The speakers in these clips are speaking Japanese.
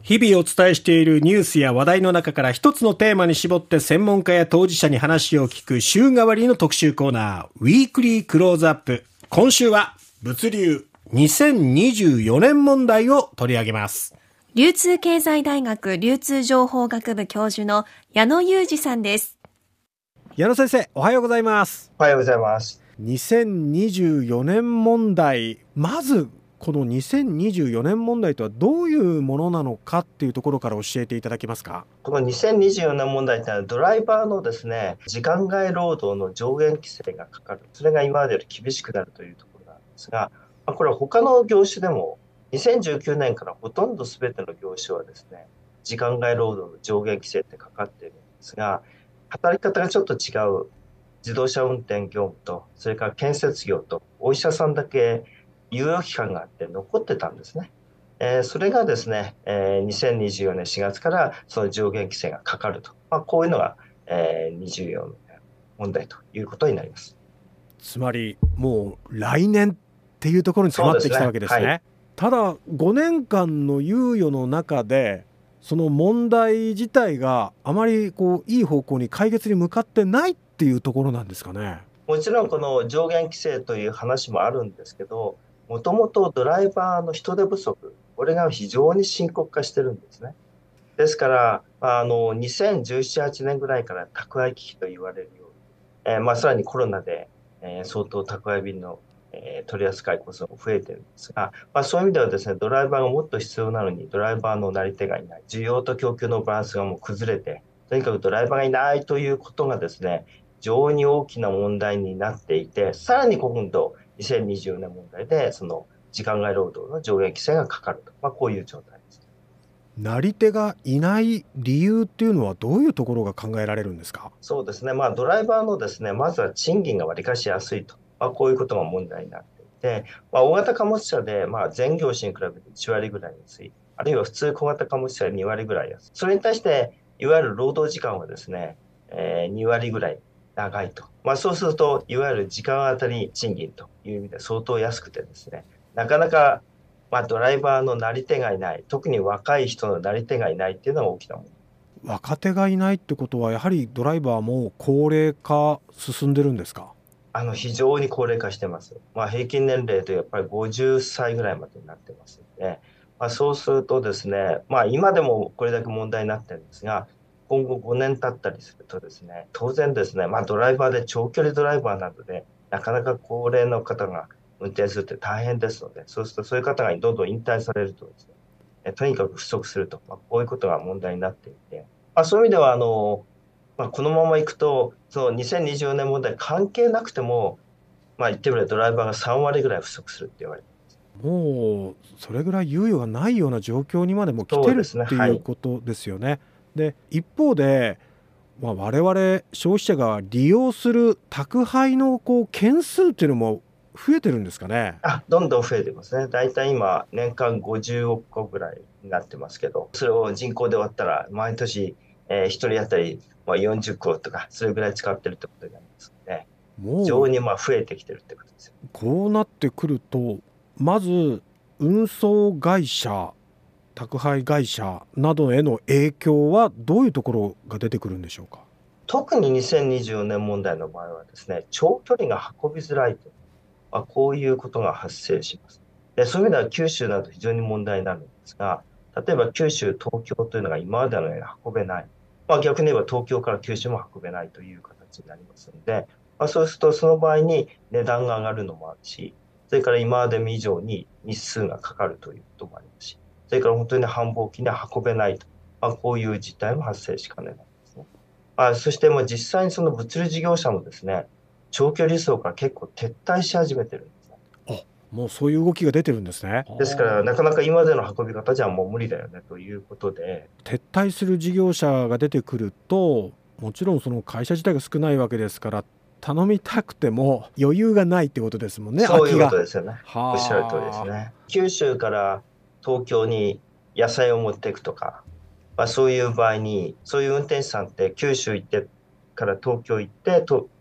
日々お伝えしているニュースや話題の中から一つのテーマに絞って専門家や当事者に話を聞く週替わりの特集コーナー、ウィークリークローズアップ。今週は物流2024年問題を取り上げます。 流通経済大学流通情報学部教授の矢野裕二さんです。 矢野先生、おはようございます。 おはようございます。 2024年問題、まずこの2024年問題とはどういうものなのかっていうところから教えていただけますか。 この2024年問題というのはドライバーのですね、時間外労働の上限規制がかかる。それが今までより厳しくなるというところなんですが、これは他の業種でも2019年からほとんど全ての業種はですね、時間外労働の上限規制ってかかっているんですが、働き方がちょっと違う自動車運転業務と、それから建設業とお医者さんだけ猶予期間があって残ってたんですね。それがですね、2024年4月からその上限規制がかかると、こういうのが、24年問題ということになります。 つまりもう来年っていうところに迫ってきたわけですね。はい、ただ5年間の猶予の中でその問題自体があまりいい方向に解決に向かってないっていうところなんですかね。 もちろんこの上限規制という話もあるんですけど、もともとドライバーの人手不足、これが非常に深刻化してるんですね。ですから2017、8年ぐらいから宅配危機と言われるように、さらにコロナで、相当宅配便の、取り扱い個数も増えてるんですが、そういう意味ではですね、ドライバーがもっと必要なのにドライバーのなり手がいない、需要と供給のバランスがもう崩れて、とにかくドライバーがいないということがですね、非常に大きな問題になっていて、さらに今度2024年問題でその時間外労働の上限規制がかかると、こういう状態です。 なり手がいない理由っていうのはどういうところが考えられるんですか。 そうですね、ドライバーのですね、まずは賃金が割りかしやすいと、こういうことが問題になっていて、大型貨物車で全業種に比べて1割ぐらい安い、あるいは普通小型貨物車で2割ぐらい安い、それに対していわゆる労働時間はですね、2割ぐらい長いと、そうするといわゆる時間当たり賃金という意味で相当安くてですね、なかなかドライバーのなり手がいない、特に若い人のなり手がいないっていうのが大きな問題。 若手がいないってことはやはりドライバーも高齢化進んでるんですか。 非常に高齢化してます。平均年齢とやっぱり50歳ぐらいまでになってますので、そうするとですね、今でもこれだけ問題になってるんですが、今後5年経ったりするとですね、当然ですね、ドライバーで長距離ドライバーなどでなかなか高齢の方が運転するって大変ですので、そうするとそういう方がどんどん引退されるとですね、とにかく不足すると、こういうことが問題になっていて、そういう意味ではこのままいくと、その2024年問題関係なくても、言ってみればドライバーが3割ぐらい不足するって言われてます。 もうそれぐらい猶予がないような状況にまでも来てるっていうことですよね。で、一方で、我々消費者が利用する宅配の件数っていうのも増えてるんですかね。 どんどん増えてますね。だいたい今年間50億個ぐらいになってますけど、それを人口で割ったら毎年、1人当たり40個とかそれぐらい使ってるってことになりますので、非常に増えてきてるってことですよ。 こうなってくると、まず運送会社、宅配会社などへの影響はどういうところが出てくるんでしょうか。 特に2024年問題の場合はですね、長距離が運びづらいと、こういうことが発生します。で、そういう意味では九州など非常に問題になるんですが、例えば九州、東京というのが今までのように運べない。逆に言えば東京から九州も運べないという形になりますので、そうするとその場合に値段が上がるのもあるし、それから今まで以上に日数がかかるということもありますし、それから本当に繁忙期に運べないと、こういう事態も発生しかねないですね。そしてもう実際にその物流事業者もですね、長距離輸送から結構撤退し始めてるんですね。 もうそういう動きが出てるんですね。 ですからなかなか今までの運び方じゃもう無理だよねということで、 撤退する事業者が出てくると、もちろんその会社自体が少ないわけですから、頼みたくても余裕がないってことですもんね。 そういうことですよね。おっしゃる通りですね。九州から東京に野菜を持っていくとか、そういう場合にそういう運転手さんって九州行ってから東京行って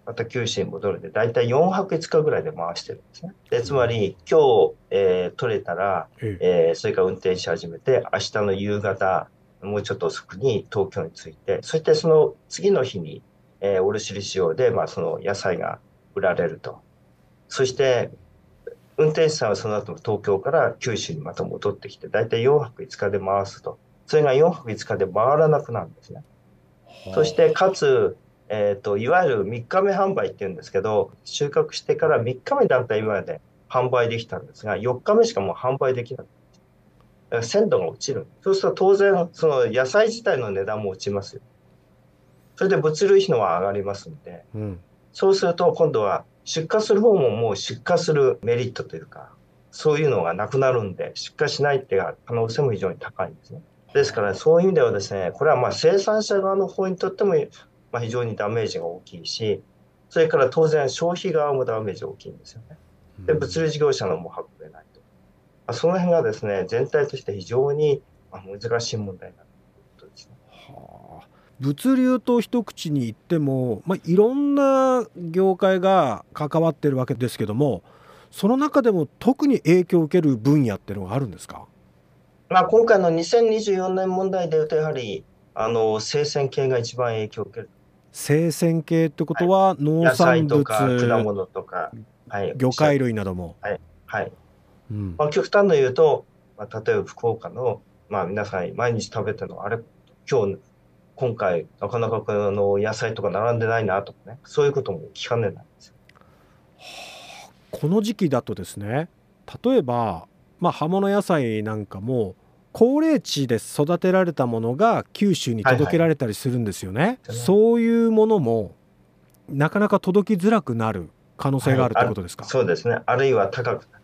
また九州に戻るんで、だいたい4泊5日ぐらいで回してるんですね。で、つまり、今日、取れたら、それから運転し始めて、明日の夕方、もうちょっと遅くに東京に着いて、そしてその次の日に、卸売市場で、その野菜が売られると。そして、運転手さんはその後も東京から九州にまた戻ってきて、だいたい4泊5日で回すと。それが4泊5日で回らなくなるんですね。そして、かつ、いわゆる3日目販売っていうんですけど、収穫してから3日目だったら今まで販売できたんですが、4日目しかもう販売できなかった。だから鮮度が落ちる。そうすると当然、その野菜自体の値段も落ちますよ。それで物流費のは上がりますので、そうすると今度は出荷する方ももう出荷するメリットというか、そういうのがなくなるんで、出荷しないっていう可能性も非常に高いんですね。ですからそういう意味ではですね、これは生産者側の方にとっても非常にダメージが大きいし、それから当然消費側もダメージが大きいんですよね。で、物流事業者のも運べないと。その辺がですね、全体として非常に難しい問題になるということですね。 物流と一口に言っても、いろんな業界が関わってるわけですけども、その中でも特に影響を受ける分野っていうのがあるんですか？ 今回の2024年問題でいうと、やはり生鮮系が一番影響を受ける。 生鮮系ってことは、農産物、 野菜とか果物とか、 魚介類なども。 極端の言うと、例えば福岡の、皆さん毎日食べてるのあれ、今回なかなか野菜とか並んでないなとかね、そういうことも聞かねないんですよ。 この時期だとですね、例えば、葉物野菜なんかも高冷地で育てられたものが九州に届けられたりするんですよね。そういうものもなかなか届きづらくなる可能性があるってことですか？ そうですね。あるいは高くなる。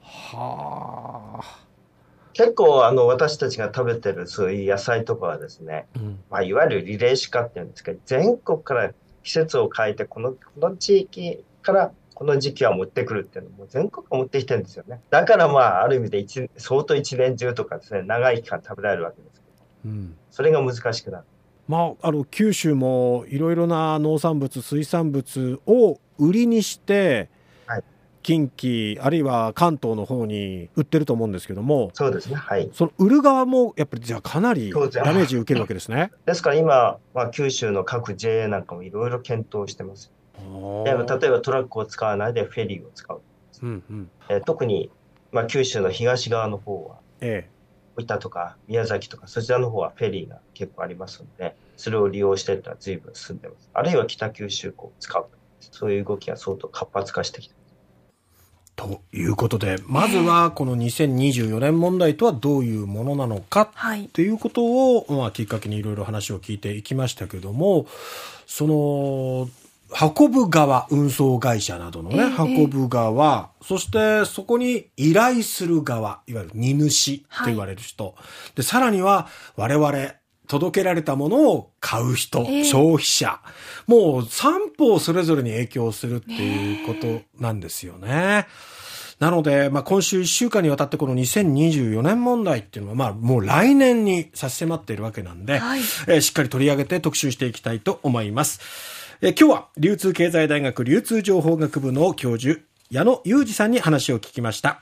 結構私たちが食べてるそういう野菜とかはですね、いわゆるリレー種化っていうんですけど、全国から季節を変えてこの地域からこの時期は持ってくるっていうのも全国が持ってきてるんですよね。だからある意味で相当一年中とかですね、長い期間食べられるわけですけど、それが難しくなる。 九州もいろいろな農産物水産物を売りにして、近畿あるいは関東の方に売ってると思うんですけども、 そうですね、 その売る側もやっぱりじゃあかなりダメージを受けるわけですね。 ですから今、九州の各 JA なんかもいろいろ検討してます。例えばトラックを使わないでフェリーを使う。特に、九州の東側の方は、大分とか宮崎とかそちらの方はフェリーが結構ありますので、それを利用しているのは随分進んでます。あるいは北九州港を使う。そういう動きが相当活発化してきています。 ということで、まずはこの2024年問題とはどういうものなのかということを、きっかけにいろいろ話を聞いていきましたけども、その運ぶ側、運送会社などのね、運ぶ側、そしてそこに依頼する側、いわゆる荷主と言われる人、でさらには我々届けられたものを買う人、消費者、もう三方それぞれに影響するっていうことなんですよね。なので、今週1週間にわたってこの2024年問題っていうのは、もう来年に差し迫っているわけなんで、しっかり取り上げて特集していきたいと思います。今日は流通経済大学流通情報学部の教授、矢野裕二さんに話を聞きました。